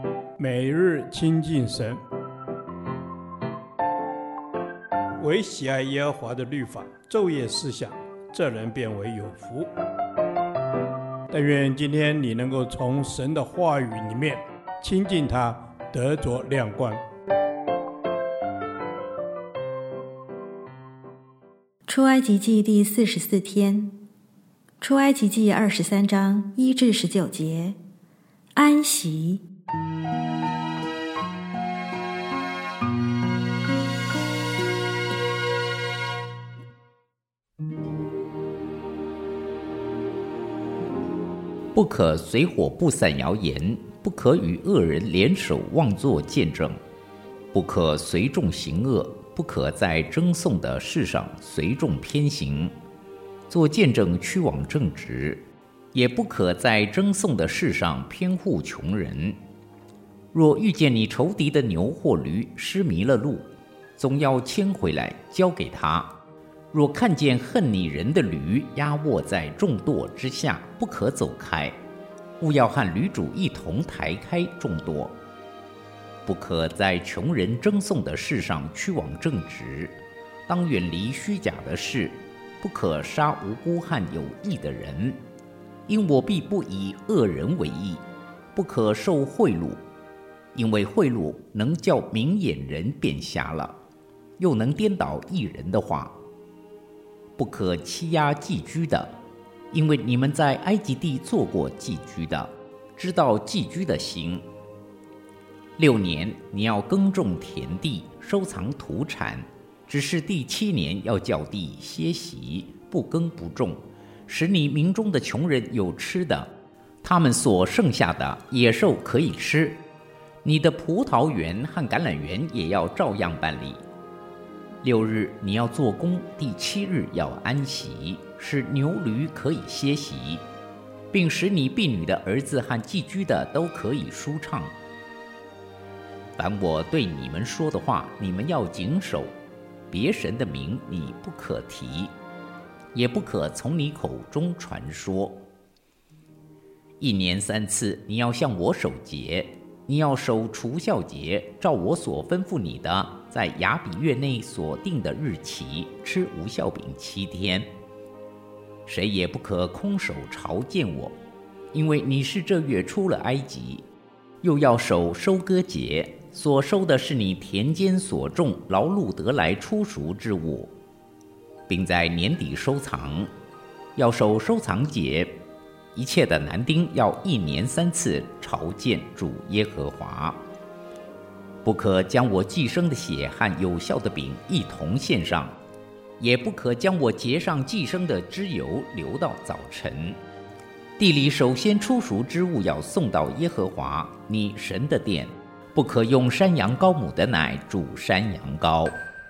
每日亲近神，唯喜爱耶和华的律法，昼夜思想，这人变为有福。但愿今天你能够从神的话语里面亲近他，得着亮光。 出埃及记第44天，出埃及记23章1至19节，安息。 不可随伙布散谣言，不可与恶人联手妄作见证，不可随众行恶，不可在争讼的事上随众偏行，做见证屈枉正直，也不可在争讼的事上偏护穷人。若遇见你仇敌的牛或驴失迷了路，总要牵回来交给他。若看见恨你人的驴压卧在重垛之下，不可走开，务要和驴主一同抬开重垛。不可在穷人争讼的事上屈枉正直，当远离虚假的事，不可杀无辜和有义的人，因我必不以恶人为义。不可受贿赂，因为贿赂能叫明眼人变瞎了，又能颠倒义人的话。不可欺压寄居的，因为你们在埃及地做过寄居的，知道寄居的行。6年你要耕种田地，收藏土产，只是第7年要叫地歇息，不耕不种，使你民中的穷人有吃的，他们所剩下的野兽可以吃。你的葡萄园和橄榄园也要照样办理。6日你要做工，第7日要安息，使牛驴可以歇息，并使你婢女的儿子和寄居的都可以舒畅。凡我对你们说的话，你们要谨守。别神的名你不可提，也不可从你口中传说。1年3次你要向我守节，你要守除酵节，照我所吩咐你的，在亚比月内所定的日期吃无酵饼7天。谁也不可空手朝见我，因为你是这月出了埃及。又要守收割节，所收的是你田间所种劳碌得来初熟之物，并在年底收藏。要守收藏节，一切的男丁要1年3次朝见主耶和华。不可将我祭牲的血和有酵的饼一同献上，也不可将我节上祭牲的脂油留到早晨。地里首先出熟之物要送到耶和华你神的殿，不可用山羊羔母的奶煮山羊羔。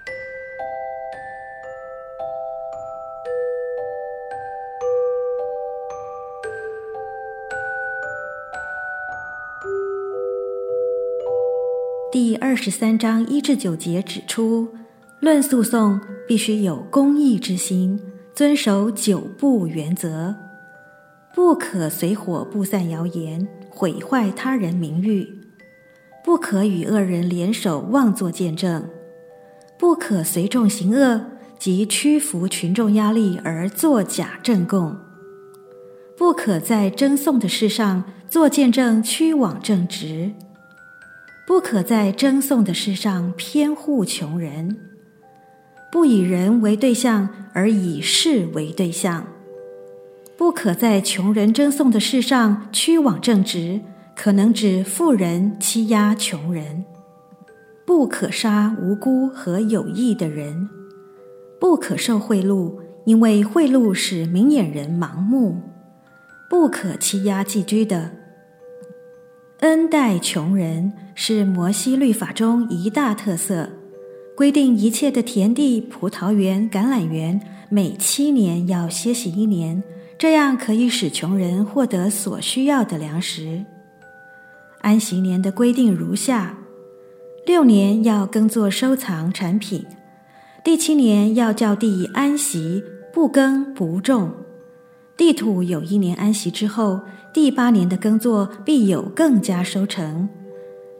第23章1至9节指出，论诉讼必须有公义之心，遵守9不原则。不可随伙布散谣言，毁坏他人名誉；不可与恶人联手妄作见证；不可随众行恶，及屈服群众压力而作假证供；不可在争讼的事上作见证屈枉正直；不可在争讼的事上偏护穷人；不以人为对象，而以事为对象；不可在穷人争讼的事上屈枉正直，可能指富人欺压穷人；不可杀无辜和有义的人；不可受贿赂，因为贿赂使明眼人盲目；不可欺压寄居的。恩待穷人是摩西律法中一大特色，规定一切的田地、葡萄园、橄榄园每7年要歇息1年，这样可以使穷人获得所需要的粮食。安息年的规定如下：6年要耕作收藏产品，第7年要叫地安息，不耕不种。地土有1年安息之后，第8年的耕作必有更加收成，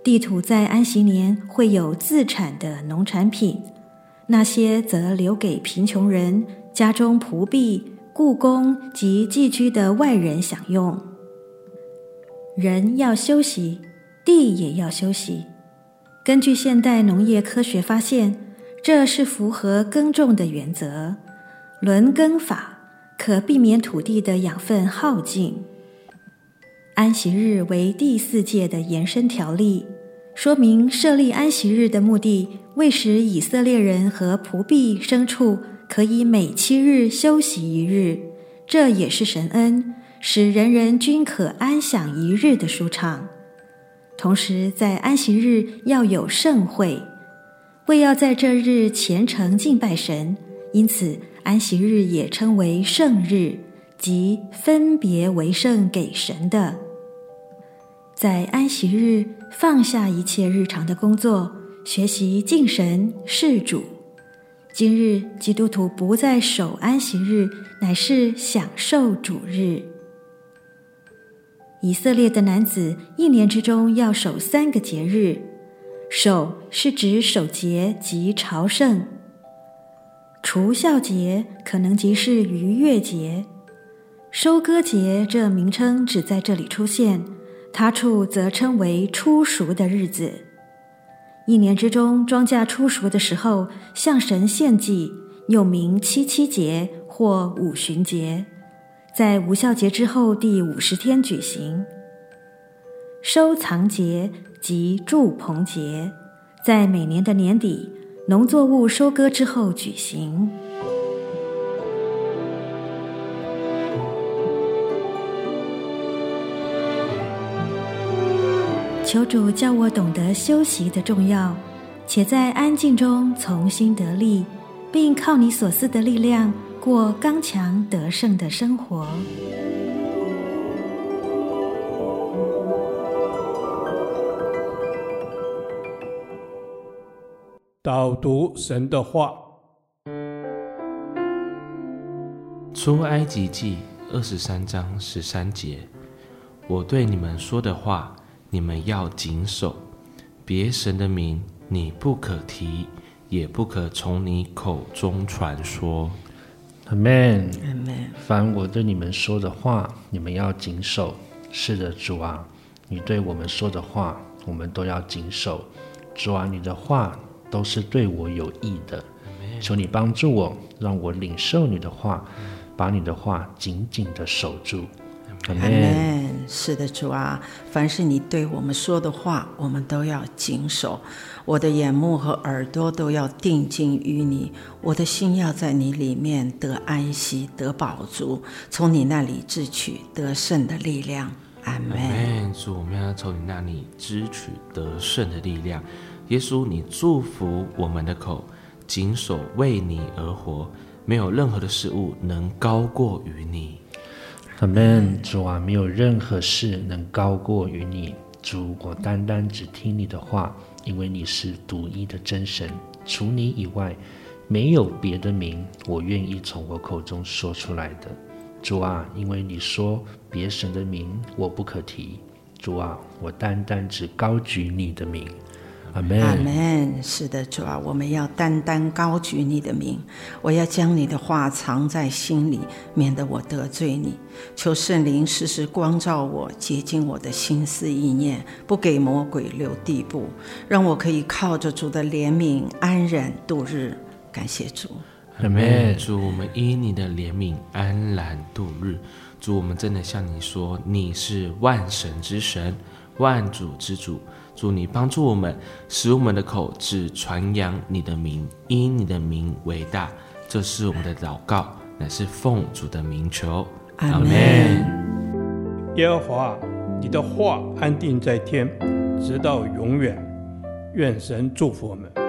地土在安息年会有自产的农产品，那些则留给贫穷人、家中仆婢、雇工及寄居的外人享用。人要休息，地也要休息。根据现代农业科学发现，这是符合耕种的原则，轮耕法可避免土地的养分耗尽。安息日为第4诫的延伸条例，说明设立安息日的目的为使以色列人和仆婢牲畜可以每7日休息1日，这也是神恩，使人人均可安享1日的舒畅。同时在安息日要有盛会，为要在这日虔诚敬拜神，因此安息日也称为圣日，即分别为圣给神的。在安息日放下一切日常的工作，学习敬神事主。今日基督徒不再守安息日，乃是享受主日。以色列的男子1年之中要守3个节日，守是指守节及朝圣，除酵节可能即是逾越节，收割节这名称只在这里出现，他处则称为初熟的日子。1年之中庄稼初熟的时候，向神献祭，又名七七节或五旬节，在无酵节之后第50天举行。收藏节及住棚节，在每年的年底，农作物收割之后举行。求主教我懂得休息的重要，且在安静中重新得力，并靠你所赐的力量过刚强得胜的生活。 导读神的话。 出埃及记23章13节，我对你们说的话，你们要谨守，别神的名你不可提，也不可从你口中传说。 Amen。凡我对你们说的话，你们要谨守。是的，主啊，你对我们说的话，我们都要谨守。主啊，你的话都是对我有益的。求你帮助我，让我领受你的话，把你的话紧紧地守住。 阿们。是的，主啊，凡是你对我们说的话，我们都要谨守。我的眼目和耳朵都要定睛于你，我的心要在你里面得安息，得饱足，从你那里支取得胜的力量。阿们。 主，我们要从你那里支取得胜的力量。耶稣，你祝福我们的口，谨守为你而活，没有任何的事物能高过于你。 阿们。主啊，没有任何事能高过于你。主，我单单只听你的话，因为你是独一的真神，除你以外没有别的名我愿意从我口中说出来的。主啊，因为你说别神的名我不可提，主啊，我单单只高举你的名。阿们。 阿们。是的，主啊，我们要单单高举你的名，我要将你的话藏在心里，免得我得罪你。求圣灵时时光照我，洁净我的心思意念，不给魔鬼留地步，让我可以靠着主的怜悯安然度日。感谢主。 阿们。主，我们因你的怜悯安然度日。主，我们真的向你说，你是万神之神，万主之主。主，你帮助我们，使我们的口只传扬你的名，因你的名为大。这是我们的祷告，乃是奉主的名求。 阿们。 耶和华，你的话安定在天，直到永远。愿神祝福我们。